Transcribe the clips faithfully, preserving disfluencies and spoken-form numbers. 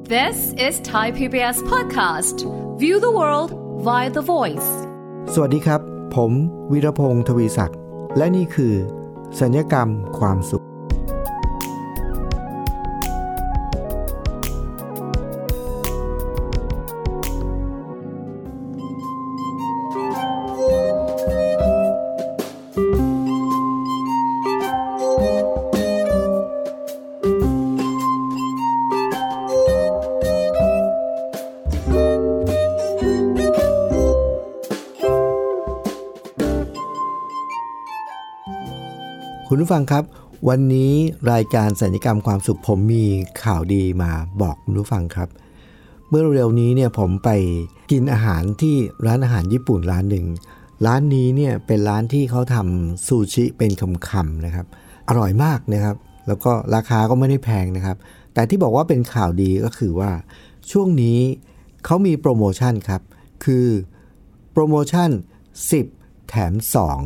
This is Thai พี บี เอส podcast. View the world via the voice. สวัสดีครับผมวีรพงศ์ทวีศักดิ์และนี่คือสัญญกรรมความสุขคุณผู้ฟังครับวันนี้รายการสัญญกรรมความสุขผมมีข่าวดีมาบอกคุณผู้ฟังครับเมื่อเร็วๆนี้เนี่ยผมไปกินอาหารที่ร้านอาหารญี่ปุ่นร้านหนึ่งร้านนี้เนี่ยเป็นร้านที่เขาทำซูชิเป็นคำๆนะครับอร่อยมากนะครับแล้วก็ราคาก็ไม่ได้แพงนะครับแต่ที่บอกว่าเป็นข่าวดีก็คือว่าช่วงนี้เขามีโปรโมชั่นครับคือโปรโมชั่นสิบแถมสอง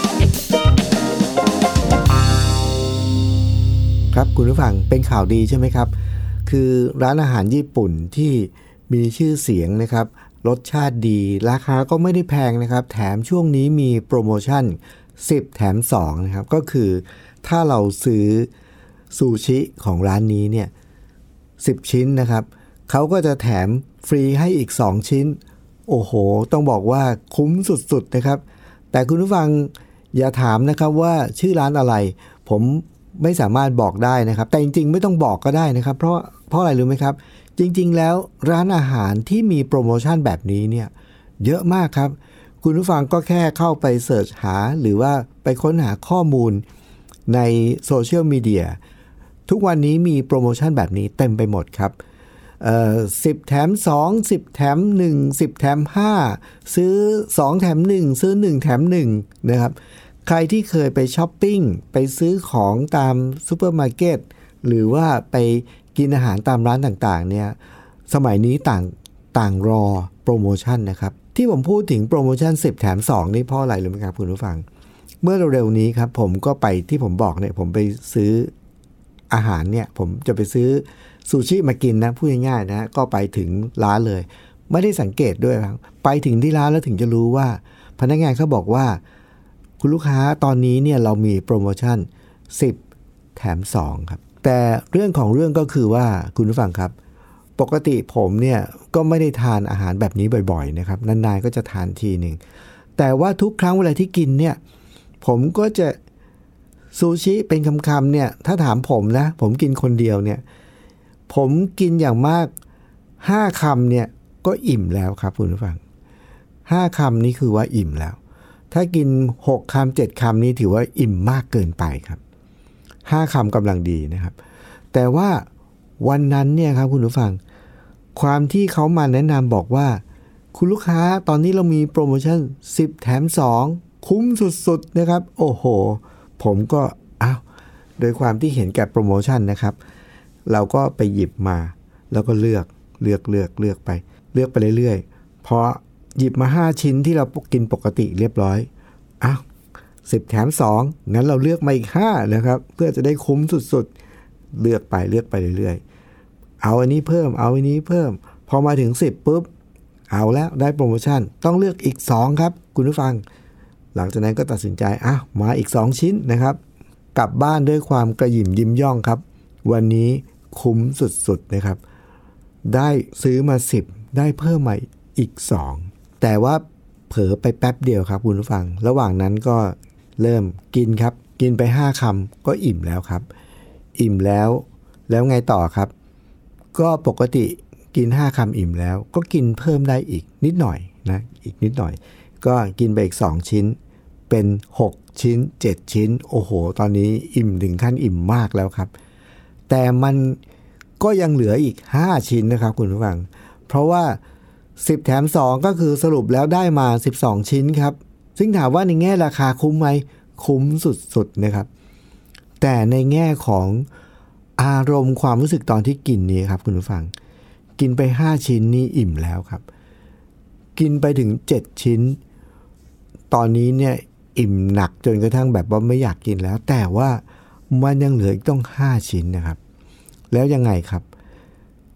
ครับคุณผู้ฟังเป็นข่าวดีใช่ไหมครับคือร้านอาหารญี่ปุ่นที่มีชื่อเสียงนะครับรสชาติดีราคาก็ไม่ได้แพงนะครับแถมช่วงนี้มีโปรโมชั่นสิบแถมสองนะครับก็คือถ้าเราซื้อซูชิของร้านนี้เนี่ยสิบชิ้นนะครับเขาก็จะแถมฟรีให้อีกสองชิ้นโอ้โหต้องบอกว่าคุ้มสุดๆนะครับแต่คุณผู้ฟังอย่าถามนะครับว่าชื่อร้านอะไรผมไม่สามารถบอกได้นะครับแต่จริงๆไม่ต้องบอกก็ได้นะครับเพราะเพราะอะไรรู้ไหมครับจริงๆแล้วร้านอาหารที่มีโปรโมชั่นแบบนี้เนี่ยเยอะมากครับคุณผู้ฟังก็แค่เข้าไปเสิร์ชหาหรือว่าไปค้นหาข้อมูลในโซเชียลมีเดียทุกวันนี้มีโปรโมชั่นแบบนี้เต็มไปหมดครับเอ่อสิบแถมสอง สิบแถมหนึ่ง สิบแถมห้าซื้อสองแถมหนึ่งซื้อหนึ่งแถมหนึ่งนะครับใครที่เคยไปช้อปปิ้งไปซื้อของตามซูเปอร์มาร์เก็ตหรือว่าไปกินอาหารตามร้านต่างๆเนี่ยสมัยนี้ต่างต่างรอโปรโมชั่นนะครับที่ผมพูดถึงโปรโมชั่นสิบแถมสองนี่เพราะอะไรรู้ไหมครับคุณผู้ฟังเมื่อเร็วๆนี้ครับผมก็ไปที่ผมบอกเนี่ยผมไปซื้ออาหารเนี่ยผมจะไปซื้อซูชิมากินนะพูดง่ายๆนะก็ไปถึงร้านเลยไม่ได้สังเกตด้วยครับไปถึงที่ร้านแล้วถึงจะรู้ว่าพนักงานเขาบอกว่าคุณลูกค้าตอนนี้เนี่ยเรามีโปรโมชั่นสิบแถมสองครับแต่เรื่องของเรื่องก็คือว่าคุณผู้ฟังครับปกติผมเนี่ยก็ไม่ได้ทานอาหารแบบนี้บ่อยๆนะครับนานๆก็จะทานทีหนึ่งแต่ว่าทุกครั้งเวลาที่กินเนี่ยผมก็จะซูชิเป็นคำๆเนี่ยถ้าถามผมนะผมกินคนเดียวเนี่ยผมกินอย่างมากห้าคำเนี่ยก็อิ่มแล้วครับคุณผู้ฟังห้าคำนี่คือว่าอิ่มแล้วถ้ากินหกคำเจ็ดคำนี้ถือว่าอิ่มมากเกินไปครับห้าคำกำลังดีนะครับแต่ว่าวันนั้นเนี่ยครับคุณผู้ฟังความที่เขามาแนะนำบอกว่าคุณลูกค้าตอนนี้เรามีโปรโมชั่นสิบแถมสองคุ้มสุดๆนะครับโอ้โหผมก็อ้าวโดยความที่เห็นแก่โปรโมชั่นนะครับเราก็ไปหยิบมาแล้วก็เลือกเลือกเลือกเลือกไปเลือกไปเรื่อยๆเพราะหยิบมาห้าชิ้นที่เรากินปกติเรียบร้อยอ้าวสิบแถมสองงั้นเราเลือกมาอีกห้านะครับเพื่อจะได้คุ้มสุดๆเลือกไปเลือกไปเรื่อยๆเอาอันนี้เพิ่มเอาอันนี้เพิ่มพอมาถึงสิบปุ๊บเอาแล้วได้โปรโมชั่นต้องเลือกอีกสองครับคุณผู้ฟังหลังจากนั้นก็ตัดสินใจอ้าวมาอีกสองชิ้นนะครับกลับบ้านด้วยความกระหยิ่มยิ้มย่องครับวันนี้คุ้มสุดๆนะครับได้ซื้อมาสิบได้เพิ่มมาอีกสองแต่ว่าเผลอไปแป๊บเดียวครับคุณผู้ฟังระหว่างนั้นก็เริ่มกินครับกินไปห้าคำก็อิ่มแล้วครับอิ่มแล้วแล้วไงต่อครับก็ปกติกินห้าคำอิ่มแล้วก็กินเพิ่มได้อีกนิดหน่อยนะอีกนิดหน่อยก็กินไปอีกสองชิ้นเป็นหกชิ้นเจ็ดชิ้นโอ้โหตอนนี้อิ่มถึงขั้นอิ่มมากแล้วครับแต่มันก็ยังเหลืออีกห้าชิ้นนะครับคุณผู้ฟังเพราะว่าสิบแถมสองก็คือสรุปแล้วได้มาสิบสองชิ้นครับซึ่งถามว่าในแง่ราคาคุ้มไหมคุ้มสุดๆนะครับแต่ในแง่ของอารมณ์ความรู้สึกตอนที่กินนี้ครับคุณผู้ฟังกินไปห้าชิ้นนี่อิ่มแล้วครับกินไปถึงเจ็ดชิ้นตอนนี้เนี่ยอิ่มหนักจนกระทั่งแบบว่าไม่อยากกินแล้วแต่ว่ามันยังเหลืออีกต้องห้าชิ้นนะครับแล้วยังไงครับ จะ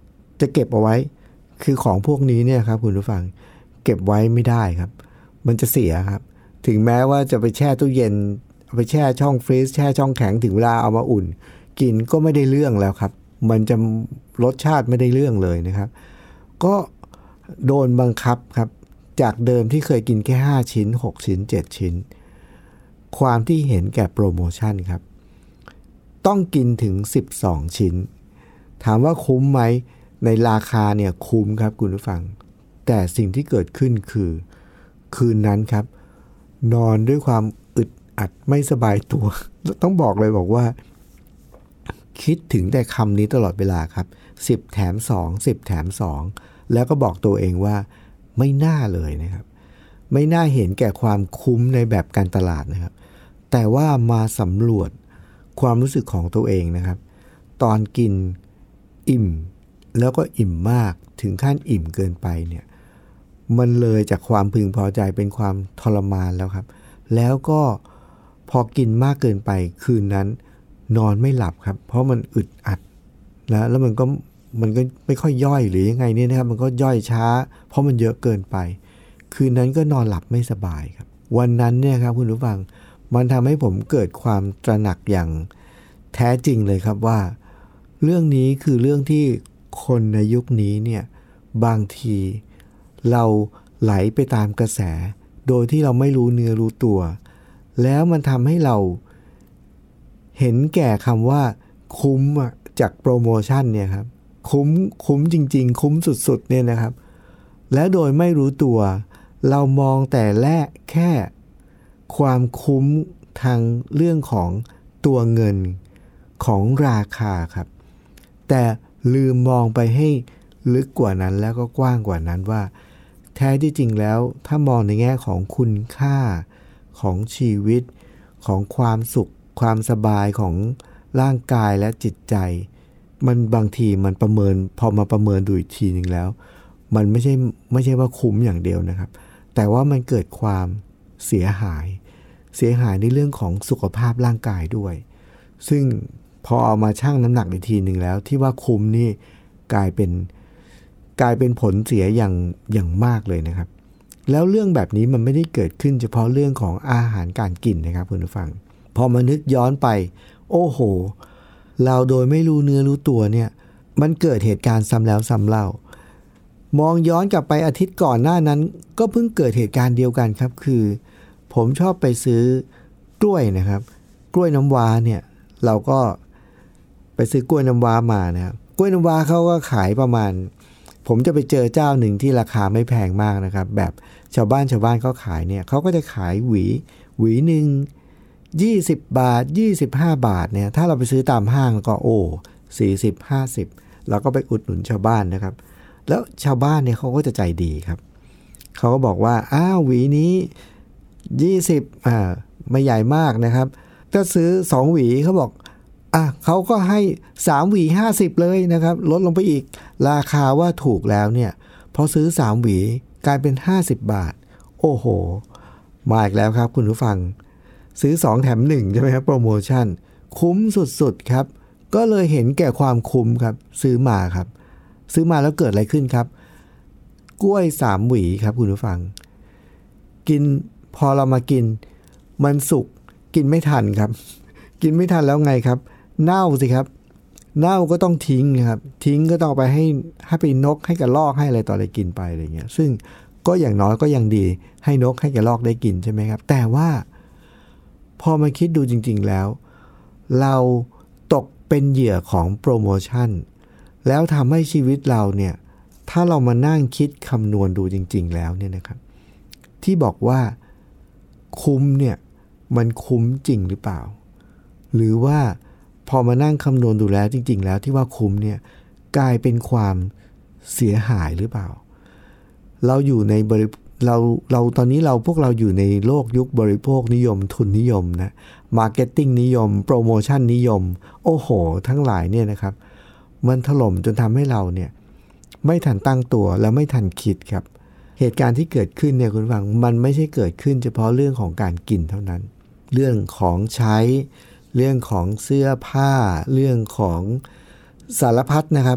จะเก็บเอาไว้คือของพวกนี้เนี่ยครับคุณผู้ฟังเก็บไว้ไม่ได้ครับมันจะเสียครับถึงแม้ว่าจะไปแช่ตู้เย็นเอาไปแช่ช่องฟรีซแช่ช่องแข็งถึงเวลาเอามาอุ่นกินก็ไม่ได้เรื่องแล้วครับมันจะรสชาติไม่ได้เรื่องเลยนะครับก็โดนบังคับครับจากเดิมที่เคยกินแค่ห้าชิ้นหกชิ้นเจ็ดชิ้นความที่เห็นแก่โปรโมชั่นครับต้องกินถึงสิบสองชิ้นถามว่าคุ้มไหมในราคาเนี่ยคุ้มครับคุณผู้ฟังแต่สิ่งที่เกิดขึ้นคือคืนนั้นครับนอนด้วยความอึดอัดไม่สบายตัวต้องบอกเลยบอกว่าคิดถึงแต่คำนี้ตลอดเวลาครับสิบแถมสองสิบแถมสองแล้วก็บอกตัวเองว่าไม่น่าเลยนะครับไม่น่าเห็นแก่ความคุ้มในแบบการตลาดนะครับแต่ว่ามาสำรวจความรู้สึกของตัวเองนะครับตอนกินอิ่มแล้วก็อิ่มมากถึงขั้นอิ่มเกินไปเนี่ยมันเลยจากความพึงพอใจเป็นความทรมานแล้วครับแล้วก็พอกินมากเกินไปคืนนั้นนอนไม่หลับครับเพราะมันอึดอัดนะแล้วมันก็มันก็ไม่ค่อยย่อยหรือยังไงเนี่ยนะครับมันก็ย่อยช้าเพราะมันเยอะเกินไปคืนนั้นก็นอนหลับไม่สบายครับวันนั้นเนี่ยครับคุณผู้ฟังมันทำให้ผมเกิดความตระหนักอย่างแท้จริงเลยครับว่าเรื่องนี้คือเรื่องที่คนในยุคนี้เนี่ยบางทีเราไหลไปตามกระแสโดยที่เราไม่รู้เนื้อรู้ตัวแล้วมันทำให้เราเห็นแก่คำว่าคุ้มจากโปรโมชั่นเนี่ยครับคุ้มคุ้มจริงๆคุ้มสุดๆเนี่ยนะครับแล้วโดยไม่รู้ตัวเรามองแต่แรกแค่ความคุ้มทางเรื่องของตัวเงินของราคาครับแต่ลืมมองไปให้ลึกกว่านั้นแล้วก็กว้างกว่านั้นว่าแท้ที่จริงแล้วถ้ามองในแง่ของคุณค่าของชีวิตของความสุขความสบายของร่างกายและจิตใจมันบางทีมันประเมินพอมาประเมินดูอีกทีนึงแล้วมันไม่ใช่ไม่ใช่ว่าคุ้มอย่างเดียวนะครับแต่ว่ามันเกิดความเสียหายเสียหายในเรื่องของสุขภาพร่างกายด้วยซึ่งพอเอามาชั่งน้ำหนักอีกทีนึงแล้วที่ว่าคุ้มนี่กลายเป็นกลายเป็นผลเสียอย่างอย่างมากเลยนะครับแล้วเรื่องแบบนี้มันไม่ได้เกิดขึ้นเฉพาะเรื่องของอาหารการกินนะครับคุณผู้ฟังพอมานึกย้อนไปโอ้โหเราโดยไม่รู้เนื้อรู้ตัวเนี่ยมันเกิดเหตุการณ์ซ้ำแล้วซ้ำเล่ามองย้อนกลับไปอาทิตย์ก่อนหน้านั้นก็เพิ่งเกิดเหตุการณ์เดียวกันครับคือผมชอบไปซื้อกล้วยนะครับกล้วยน้ำว้าเนี่ยเราก็ไปซื้อกล้วยน้ำว้ามานะครับกล้วยน้ำว้าเขาก็ขายประมาณผมจะไปเจอเจ้าหนึ่งที่ราคาไม่แพงมากนะครับแบบชาวบ้านชาวบ้านเขาขายเนี่ยเขาก็จะขายหวีหวีหนึ่งยี่สิบบาทยี่สิบห้าบาทเนี่ยถ้าเราไปซื้อตามห้างก็โอ้สี่สิบ ห้าสิบเราก็ไปอุดหนุนชาวบ้านนะครับแล้วชาวบ้านเนี่ยเขาก็จะใจดีครับเขาก็บอกว่าอ้าวหวีนี้ยี่สิบอ่าไม่ใหญ่มากนะครับถ้าซื้อสองหวีเขาบอกอ่ะเขาก็ให้สามหวีห้าสิบเลยนะครับลดลงไปอีกราคาว่าถูกแล้วเนี่ยพอซื้อสามหวีกลายเป็นห้าสิบบาทโอ้โหมาอีกแล้วครับคุณผู้ฟังซื้อสองแถมหนึ่งใช่ไหมครับโปรโมชั่นคุ้มสุดๆครับก็เลยเห็นแก่ความคุ้มครับซื้อมาครับซื้อมาแล้วเกิดอะไรขึ้นครับกล้วยสามหวีครับคุณผู้ฟังกินพอเรามากินมันสุกกินไม่ทันครับกินไม่ทันแล้วไงครับเน่าสิครับเน่าก็ต้องทิ้งครับทิ้งก็ต้องไปให้ให้ไปนกให้กระรอกให้อะไรต่ออะไรกินไปอะไรเงี้ยซึ่งก็อย่างน้อยก็ยังดีให้นกให้กระรอกได้กินใช่ไหมครับแต่ว่าพอมาคิดดูจริงๆแล้วเราตกเป็นเหยื่อของโปรโมชั่นแล้วทำให้ชีวิตเราเนี่ยถ้าเรามานั่งคิดคำนวณดูจริงๆแล้วเนี่ยนะครับที่บอกว่าคุ้มเนี่ยมันคุ้มจริงหรือเปล่าหรือว่าพอมานั่งคำนวณดูแล้วจริงๆแล้วที่ว่าคุ้มเนี่ยกลายเป็นความเสียหายหรือเปล่าเราอยู่ในบริเราเราตอนนี้เราพวกเราอยู่ในโลกยุคบริโภคนิยมทุนนิยมนะมาร์เก็ตติ้งนิยมโปรโมชั่นนิยมโอ้โหทั้งหลายเนี่ยนะครับมันถล่มจนทำให้เราเนี่ยไม่ทันตั้งตัวและไม่ทันคิดครับเหตุการณ์ที่เกิดขึ้นเนี่ยคุณฟังมันไม่ใช่เกิดขึ้นเฉพาะเรื่องของการกินเท่านั้นเรื่องของใช้เรื่องของเสื้อผ้าเรื่องของสารพัดนะครับ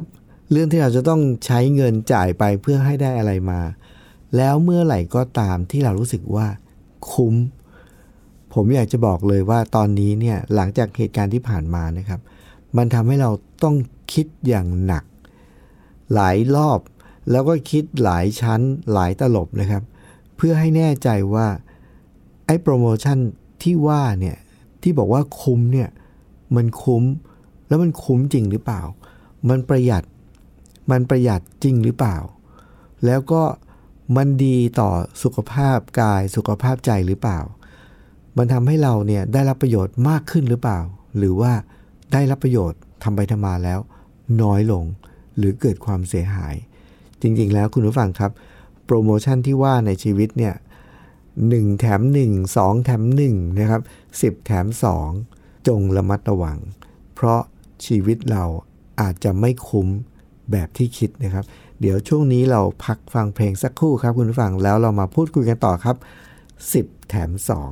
เรื่องที่เราจะต้องใช้เงินจ่ายไปเพื่อให้ได้อะไรมาแล้วเมื่อไหร่ก็ตามที่เรารู้สึกว่าคุ้มผมอยากจะบอกเลยว่าตอนนี้เนี่ยหลังจากเหตุการณ์ที่ผ่านมานะครับมันทำให้เราต้องคิดอย่างหนักหลายรอบแล้วก็คิดหลายชั้นหลายตลบนะครับเพื่อให้แน่ใจว่าไอ้โปรโมชั่นที่ว่าเนี่ยที่บอกว่าคุ้มเนี่ยมันคุ้มแล้วมันคุ้มจริงหรือเปล่ามันประหยัดมันประหยัดจริงหรือเปล่าแล้วก็มันดีต่อสุขภาพกายสุขภาพใจหรือเปล่ามันทำให้เราเนี่ยได้รับประโยชน์มากขึ้นหรือเปล่าหรือว่าได้รับประโยชน์ทำไปทำมาแล้วน้อยลงหรือเกิดความเสียหายจริงๆแล้วคุณผู้ฟังครับโปรโมชั่นที่ว่าในชีวิตเนี่ยหนึ่งแถมหนึ่ง สองแถมหนึ่งนะครับสิบแถมสองจงระมัดระวังเพราะชีวิตเราอาจจะไม่คุ้มแบบที่คิดนะครับเดี๋ยวช่วงนี้เราพักฟังเพลงสักครู่ครับคุณผู้ฟังแล้วเรามาพูดคุยกันต่อครับสิบแถมสอง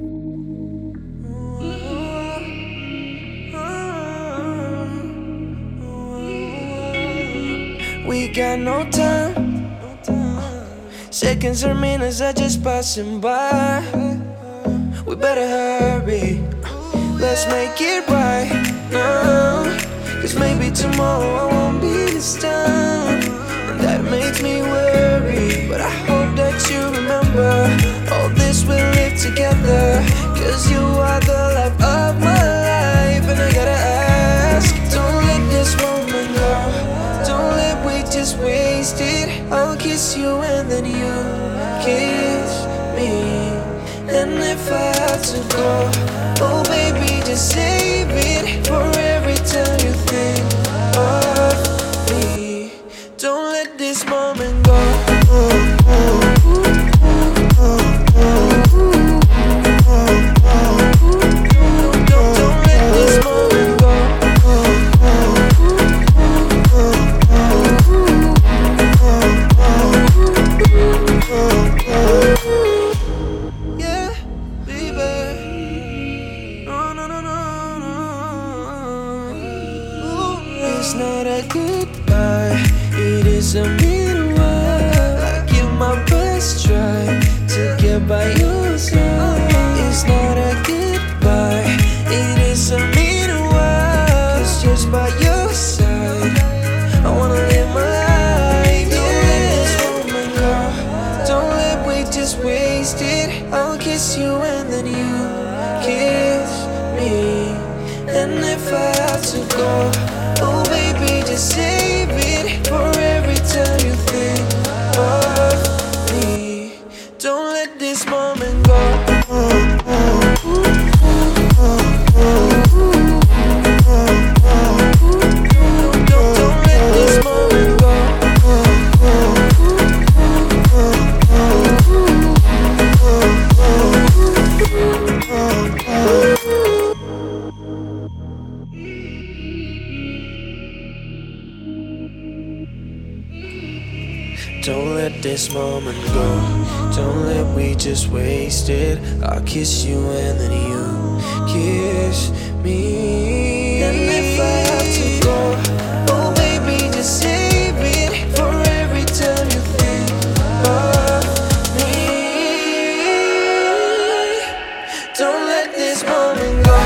We got no time. Seconds or minutes are just passing by. We better hurry. Let's make it right now. Cause maybe tomorrow I won't be this time. And that makes me worry. But I hope that you remember all this we'll live together. Cause you are the life of my life. And I gotta ask, don't let this moment go. Don't let we just waste it. I'll kiss you and then you kiss me. And if I have to go, oh baby just save it for every time you think of me. Don't let this moment go. Don't, don't let this moment go. Yeah, baby. No, no, no, no, no. Ooh, it's not a goodbye, it is a meanwhile. I give my best try to get by your side. It's not a goodbye, it is a meanwhile. It's just by your side. I wanna live my life. Don't let this moment go. Don't let we just waste it. I'll kiss you and then you kiss me. And if I have to go, oh baby just save it for every time you think of me. Don't let this moment go. Don't, don't let this moment go. 'Don't let this moment go. Don't let we just waste it. I'll kiss you and then you kiss me. And if I have to go, oh baby just save it for every time you think of me. Don't let this moment go.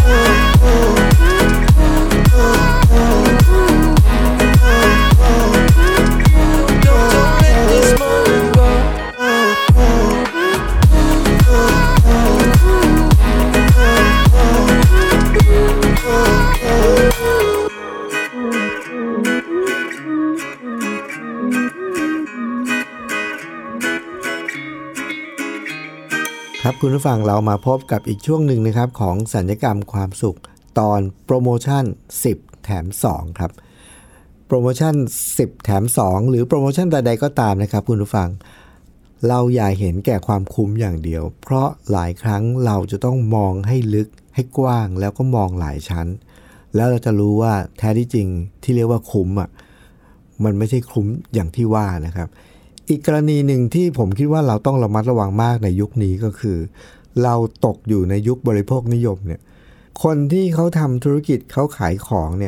ครับคุณผู้ฟังเรามาพบกับอีกช่วงหนึ่งนะครับของสัญญกรรมความสุขตอนโปรโมชั่นสิบแถมสองครับโปรโมชั่นสิบแถมสองหรือโปรโมชั่นใดๆก็ตามนะครับคุณผู้ฟังเราอย่าเห็นแก่ความคุ้มอย่างเดียวเพราะหลายครั้งเราจะต้องมองให้ลึกให้กว้างแล้วก็มองหลายชั้นแล้วเราจะรู้ว่าแท้ที่จริงที่เรียกว่าคุ้มอ่ะมันไม่ใช่คุ้มอย่างที่ว่านะครับอีกกรณีหนึ่งที่ผมคิดว่าเราต้องระมัดระวังมากในยุคนี้ก็คือเราตกอยู่ในยุคบริโภคนิยมเนี่ยคนที่เขาทำธุรกิจเขาขายของเนี่ย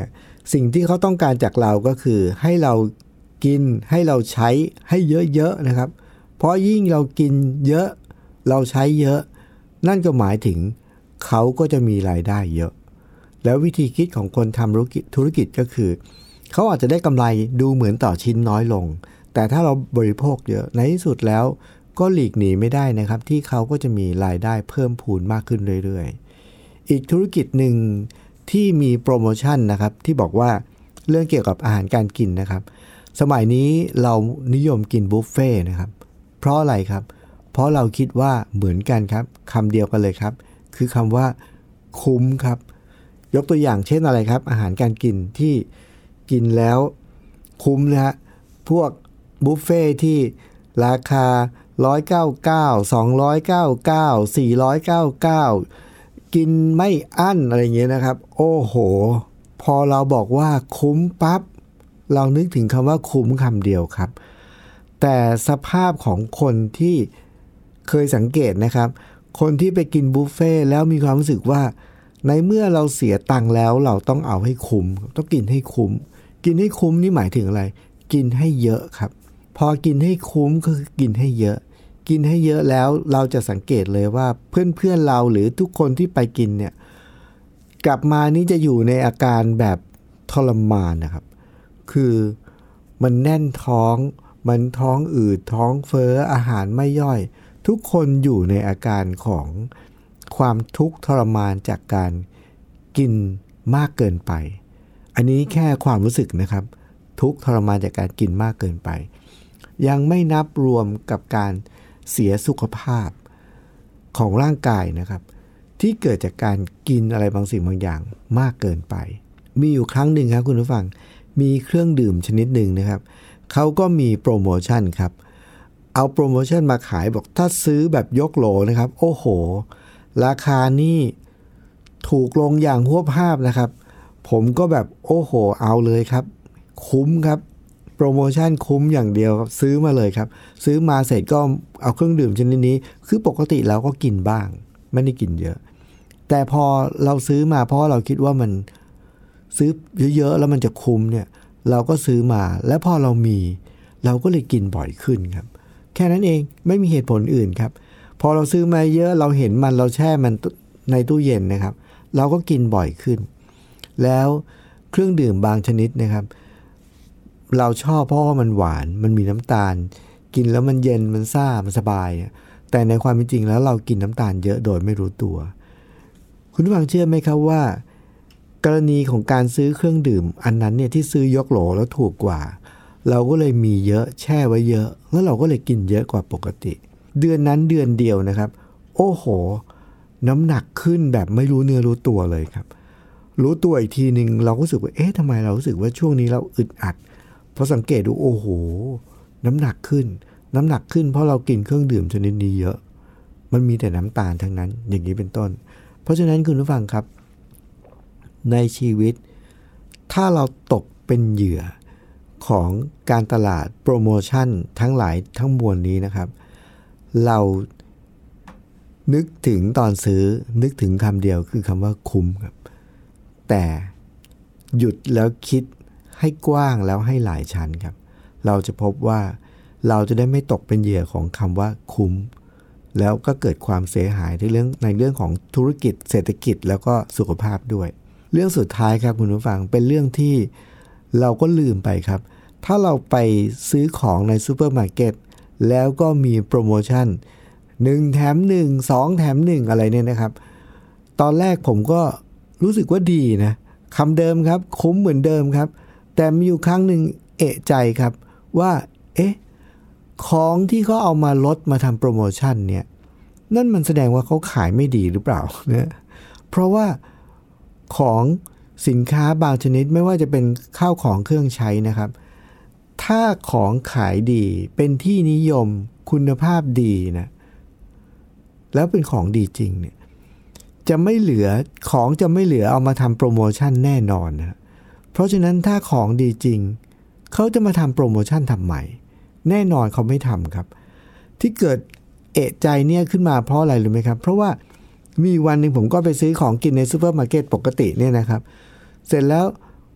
สิ่งที่เขาต้องการจากเราก็คือให้เรากินให้เราใช้ให้เยอะๆนะครับเพราะยิ่งเรากินเยอะเราใช้เยอะนั่นก็หมายถึงเขาก็จะมีรายได้เยอะแล้ววิธีคิดของคนทำธุรกิจธุรกิจก็คือเขาอาจจะได้กำไรดูเหมือนต่อชิ้นน้อยลงแต่ถ้าเราบริโภคเยอะในที่สุดแล้วก็หลีกหนีไม่ได้นะครับที่เขาก็จะมีรายได้เพิ่มพูนมากขึ้นเรื่อยๆอีกธุรกิจหนึ่งที่มีโปรโมชั่นนะครับที่บอกว่าเรื่องเกี่ยวกับอาหารการกินนะครับสมัยนี้เรานิยมกินบุฟเฟ่นะครับเพราะอะไรครับเพราะเราคิดว่าเหมือนกันครับคำเดียวกันเลยครับคือคำว่าคุ้มครับยกตัวอย่างเช่นอะไรครับอาหารการกินที่กินแล้วคุ้มนะฮะพวกบุฟเฟ่ที่ราคาหนึ่งร้อยเก้าสิบเก้า สองร้อยเก้าสิบเก้า สี่ร้อยเก้าสิบเก้ากินไม่อั้นอะไรเงี้ยนะครับโอ้โหพอเราบอกว่าคุ้มปั๊บเรานึกถึงคำว่าคุ้มคำเดียวครับแต่สภาพของคนที่เคยสังเกตนะครับคนที่ไปกินบุฟเฟ่แล้วมีความรู้สึกว่าในเมื่อเราเสียตังค์แล้วเราต้องเอาให้คุ้มต้องกินให้คุ้มกินให้คุ้มนี่หมายถึงอะไรกินให้เยอะครับพอกินให้คุ้มก็คือกินให้เยอะกินให้เยอะแล้วเราจะสังเกตเลยว่าเพื่อนๆเราหรือทุกคนที่ไปกินเนี่ยกลับมานี่จะอยู่ในอาการแบบทรมานนะครับคือมันแน่นท้องมันท้องอืดท้องเฟ้ออาหารไม่ย่อยทุกคนอยู่ในอาการของความทุกข์ทรมานจากการกินมากเกินไปอันนี้แค่ความรู้สึกนะครับทุกข์ทรมานจากการกินมากเกินไปยังไม่นับรวมกับการเสียสุขภาพของร่างกายนะครับที่เกิดจากการกินอะไรบางสิ่งบางอย่างมากเกินไปมีอยู่ครั้งหนึ่งครับคุณผู้ฟังมีเครื่องดื่มชนิดหนึ่งนะครับเขาก็มีโปรโมชั่นครับเอาโปรโมชั่นมาขายบอกถ้าซื้อแบบยกโหลนะครับโอ้โหราคานี่ถูกลงอย่างหัวภาพนะครับผมก็แบบโอ้โหเอาเลยครับคุ้มครับโปรโมชั่นคุ้มอย่างเดียวครับซื้อมาเลยครับซื้อมาเสร็จก็เอาเครื่องดื่มชนิดนี้คือปกติเราก็กินบ้างไม่ได้กินเยอะแต่พอเราซื้อมาเพราะเราคิดว่ามันซื้อเยอะๆแล้วมันจะคุ้มเนี่ยเราก็ซื้อมาและพอเรามีเราก็เลยกินบ่อยขึ้นครับแค่นั้นเองไม่มีเหตุผลอื่นครับพอเราซื้อมาเยอะเราเห็นมันเราแช่มันในตู้เย็นนะครับเราก็กินบ่อยขึ้นแล้วเครื่องดื่มบางชนิดนะครับเราชอบเพราะว่ามันหวานมันมีน้ำตาลกินแล้วมันเย็นมันซ่ามันสบายแต่ในความเป็นจริงแล้วเรากินน้ำตาลเยอะโดยไม่รู้ตัวคุณผู้ฟังเชื่อไหมครับว่ากรณีของการซื้อเครื่องดื่มอันนั้นเนี่ยที่ซื้อยกโหลแล้วถูกกว่าเราก็เลยมีเยอะแช่ไว้เยอะแล้วเราก็เลยกินเยอะกว่าปกติเดือนนั้นเดือนเดียวนะครับโอ้โหน้ำหนักขึ้นแบบไม่รู้เนื้อรู้ตัวเลยครับรู้ตัวอีกทีนึงเราก็รู้สึกว่าเอ๊ะทำไมเรารู้สึกว่าช่วงนี้เราอึดอัดพอสังเกตดูโอ้โหน้ำหนักขึ้นน้ำหนักขึ้นเพราะเรากินเครื่องดื่มชนิดนี้เยอะมันมีแต่น้ำตาลทั้งนั้นอย่างนี้เป็นต้นเพราะฉะนั้นคุณผู้ฟังครับในชีวิตถ้าเราตกเป็นเหยื่อของการตลาดโปรโมชั่นทั้งหลายทั้งมวลนี้นะครับเรานึกถึงตอนซื้อนึกถึงคำเดียวคือคำว่าคุ้มครับแต่หยุดแล้วคิดให้กว้างแล้วให้หลายชั้นครับเราจะพบว่าเราจะได้ไม่ตกเป็นเหยื่อของคำว่าคุ้มแล้วก็เกิดความเสียหายในเรื่องในเรื่องของธุรกิจเศรษฐกิจแล้วก็สุขภาพด้วยเรื่องสุดท้ายครับคุณผู้ฟังเป็นเรื่องที่เราก็ลืมไปครับถ้าเราไปซื้อของในซูเปอร์มาร์เก็ตแล้วก็มีโปรโมชั่นหนึ่งแถมหนึ่ง สองแถมหนึ่งอะไรเนี่ยนะครับตอนแรกผมก็รู้สึกว่าดีนะคำเดิมครับคุ้มเหมือนเดิมครับแต่มีอยู่ครั้งหนึ่งเอะใจครับว่าเอ๊ะของที่เขาเอามาลดมาทำโปรโมชั่นเนี่ยนั่นมันแสดงว่าเขาขายไม่ดีหรือเปล่าเนี่ยเพราะว่าของสินค้าบางชนิดไม่ว่าจะเป็นข้าวของเครื่องใช้นะครับถ้าของขายดีเป็นที่นิยมคุณภาพดีนะแล้วเป็นของดีจริงเนี่ยจะไม่เหลือของจะไม่เหลือเอามาทำโปรโมชั่นแน่นอนนะเพราะฉะนั้นถ้าของดีจริงเขาจะมาทำโปรโมชั่นทำไมแน่นอนเขาไม่ทำครับที่เกิดเอะใจเนี่ยขึ้นมาเพราะอะไรรู้ไหมครับเพราะว่ามีวันหนึ่งผมก็ไปซื้อของกินในซูเปอร์มาร์เก็ตปกติเนี่ยนะครับเสร็จแล้ว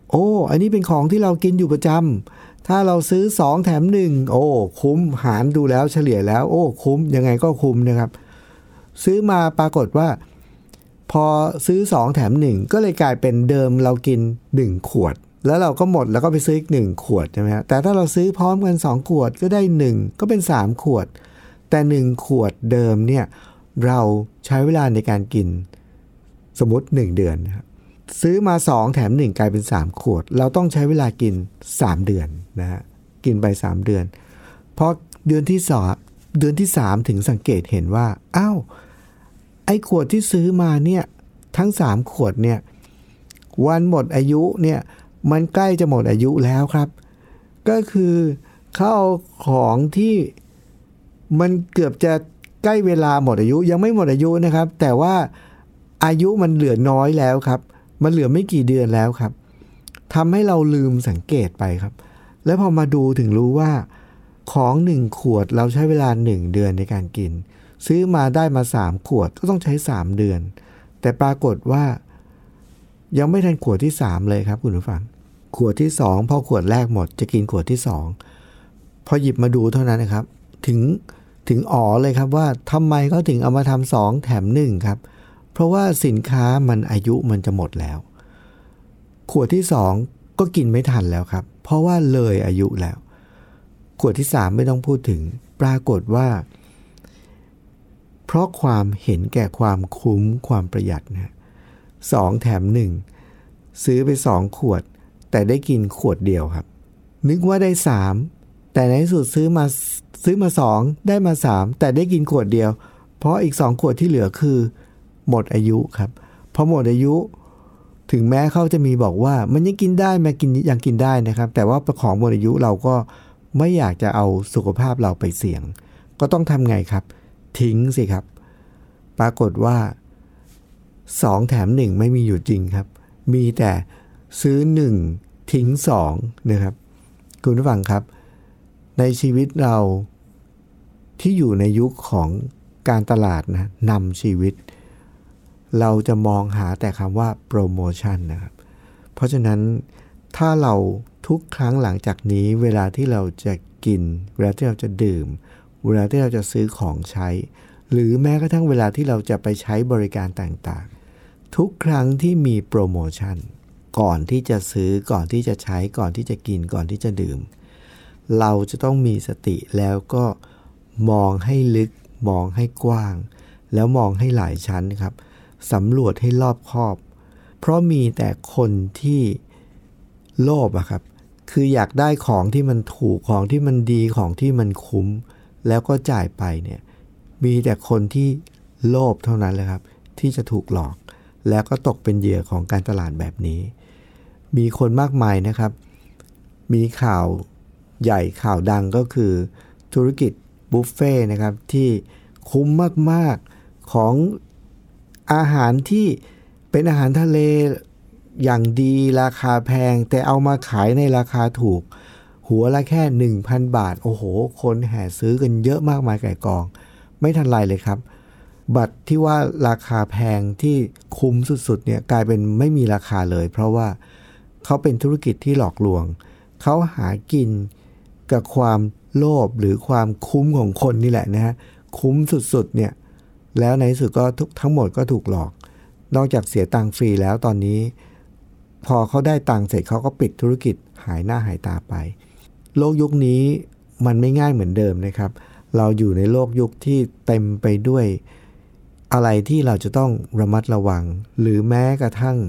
โอ้อันนี้เป็นของที่เรากินอยู่ประจำถ้าเราซื้อสองแถมหนึ่งโอ้คุ้มหารดูแล้วเฉลี่ยแล้วโอ้คุ้มยังไงก็คุ้มนะครับซื้อมาปรากฏว่าพอซื้อสองแถมหนึ่งก็เลยกลายเป็นเดิมเรากินหนึ่งขวดแล้วเราก็หมดแล้วก็ไปซื้ออีกหนึ่งขวดใช่ไหมฮะแต่ถ้าเราซื้อพร้อมกันสองขวดก็ได้หนึ่งก็เป็นสามขวดแต่หนึ่งขวดเดิมเนี่ยเราใช้เวลาในการกินสมมุติหนึ่งเดือนนะครับซื้อมาสองแถมหนึ่งกลายเป็นสามขวดเราต้องใช้เวลากินสามเดือนนะฮะกินไปสามเดือนพอเดือนที่สองเดือนที่สามถึงสังเกตเห็นว่าอ้าวไอ้ขวดที่ซื้อมาเนี่ยทั้งสามขวดเนี่ยวันหมดอายุเนี่ยมันใกล้จะหมดอายุแล้วครับก็คือเขาเอาของที่มันเกือบจะใกล้เวลาหมดอายุยังไม่หมดอายุนะครับแต่ว่าอายุมันเหลือน้อยแล้วครับมันเหลือไม่กี่เดือนแล้วครับทำให้เราลืมสังเกตไปครับแล้วพอมาดูถึงรู้ว่าของหนึ่งขวดเราใช้เวลาหนึ่งเดือนในการกินซื้อมาได้มาสามขวดก็ต้องใช้สามเดือนแต่ปรากฏว่ายังไม่ทันขวดที่สามเลยครับคุณผู้ฟังขวดที่สองพอขวดแรกหมดจะกินขวดที่สองพอหยิบมาดูเท่านั้นนะครับถึงถึงอ๋อเลยครับว่าทำไมเขาถึงเอามาทำสองแถมหนึ่งครับเพราะว่าสินค้ามันอายุมันจะหมดแล้วขวดที่สองก็กินไม่ทันแล้วครับเพราะว่าเลยอายุแล้วขวดที่สามไม่ต้องพูดถึงปรากฏว่าเพราะความเห็นแก่ความคุ้มความประหยัดนะสองแถมหนึ่งซื้อไปสองขวดแต่ได้กินขวดเดียวครับนึกว่าได้สามแต่ในที่สุดซื้อมาซื้อมาสองได้มาสามแต่ได้กินขวดเดียวเพราะอีกสองขวดที่เหลือคือหมดอายุครับพอหมดอายุถึงแม้เขาจะมีบอกว่ามันยังกินได้มากินยังกินได้นะครับแต่ว่าของหมดอายุเราก็ไม่อยากจะเอาสุขภาพเราไปเสี่ยงก็ต้องทำไงครับทิ้งสิครับปรากฏว่าสองแถมหนึ่งไม่มีอยู่จริงครับมีแต่ซื้อหนึ่งทิ้งสองนะครับคุณผู้ฟังครับในชีวิตเราที่อยู่ในยุคของการตลาดนะนำชีวิตเราจะมองหาแต่คำว่าโปรโมชั่นนะครับเพราะฉะนั้นถ้าเราทุกครั้งหลังจากนี้เวลาที่เราจะกินเวลาที่เราจะดื่มเวลาที่เราจะซื้อของใช้หรือแม้กระทั่งเวลาที่เราจะไปใช้บริการต่างๆทุกครั้งที่มีโปรโมชั่นก่อนที่จะซื้อก่อนที่จะใช้ก่อนที่จะกินก่อนที่จะดื่มเราจะต้องมีสติแล้วก็มองให้ลึกมองให้กว้างแล้วมองให้หลายชั้นครับสำรวจให้รอบคอบเพราะมีแต่คนที่โลภอะครับคืออยากได้ของที่มันถูกของที่มันดีของที่มันคุ้มแล้วก็จ่ายไปเนี่ยมีแต่คนที่โลภเท่านั้นเลยครับที่จะถูกหลอกแล้วก็ตกเป็นเหยื่อของการตลาดแบบนี้มีคนมากมายนะครับมีข่าวใหญ่ข่าวดังก็คือธุรกิจบุฟเฟ่นะครับที่คุ้มมากๆของอาหารที่เป็นอาหารทะเลอย่างดีราคาแพงแต่เอามาขายในราคาถูกหัวละแค่ หนึ่งพัน บาทโอ้โหคนแห่ซื้อกันเยอะมากมายไก่กองไม่ทันไรเลยครับบัตรที่ว่าราคาแพงที่คุ้มสุดๆเนี่ยกลายเป็นไม่มีราคาเลยเพราะว่าเขาเป็นธุรกิจที่หลอกลวงเขาหากินกับความโลภหรือความคุ้มของคนนี่แหละนะฮะคุ้มสุดๆเนี่ยแล้วในที่สุดก็ทั้งหมดก็ถูกหลอกนอกจากเสียตังค์ฟรีแล้วตอนนี้พอเขาได้ตังค์เสร็จเขาก็ปิดธุรกิจหายหน้าหายตาไปโลกยุคนี้มันไม่ง่ายเหมือนเดิมนะครับเราอยู่ในโลกยุคที่เต็มไปด้วยอะไรที่เราจะต้องระมัดระวังหรือแม้กระทั่ง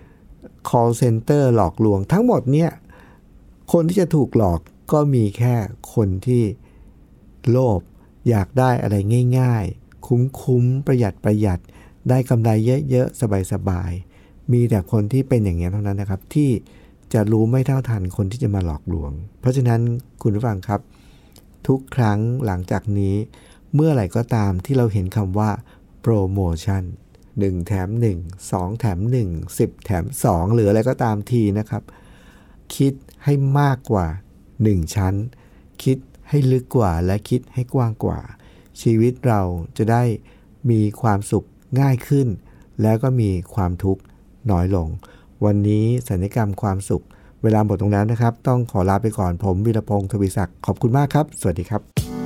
call center หลอกลวงทั้งหมดเนี่ยคนที่จะถูกหลอกก็มีแค่คนที่โลภอยากได้อะไรง่ายๆคุ้มๆประหยัดประหยัดได้กำไรเยอะๆสบายๆมีแต่คนที่เป็นอย่างนี้เท่านั้นนะครับที่จะรู้ไม่เท่าทันคนที่จะมาหลอกลวงเพราะฉะนั้นคุณผู้ฟังครับทุกครั้งหลังจากนี้เมื่อไหร่ก็ตามที่เราเห็นคำว่าโปรโมชั่นหนึ่งแถมหนึ่ง สองแถมหนึ่ง สิบแถมสองหรืออะไรก็ตามทีนะครับคิดให้มากกว่าหนึ่งชั้นคิดให้ลึกกว่าและคิดให้กว้างกว่าชีวิตเราจะได้มีความสุขง่ายขึ้นแล้วก็มีความทุกข์น้อยลงวันนี้สัญญกรรมความสุขเวลาหมดตรงแล้วนะครับต้องขอลาไปก่อนผมวีรพงศ์ทวีศักดิ์ขอบคุณมากครับสวัสดีครับ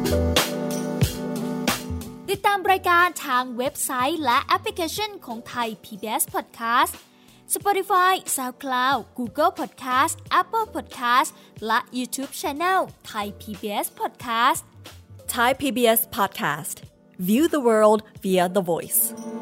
ติดตามรายการทางเว็บไซต์และแอปพลิเคชันของไทย พี บี เอส Podcast Spotify, SoundCloud, Google Podcast, Apple Podcast และ YouTube Channel Thai พี บี เอส Podcast Thai พี บี เอส Podcast View the world via the voice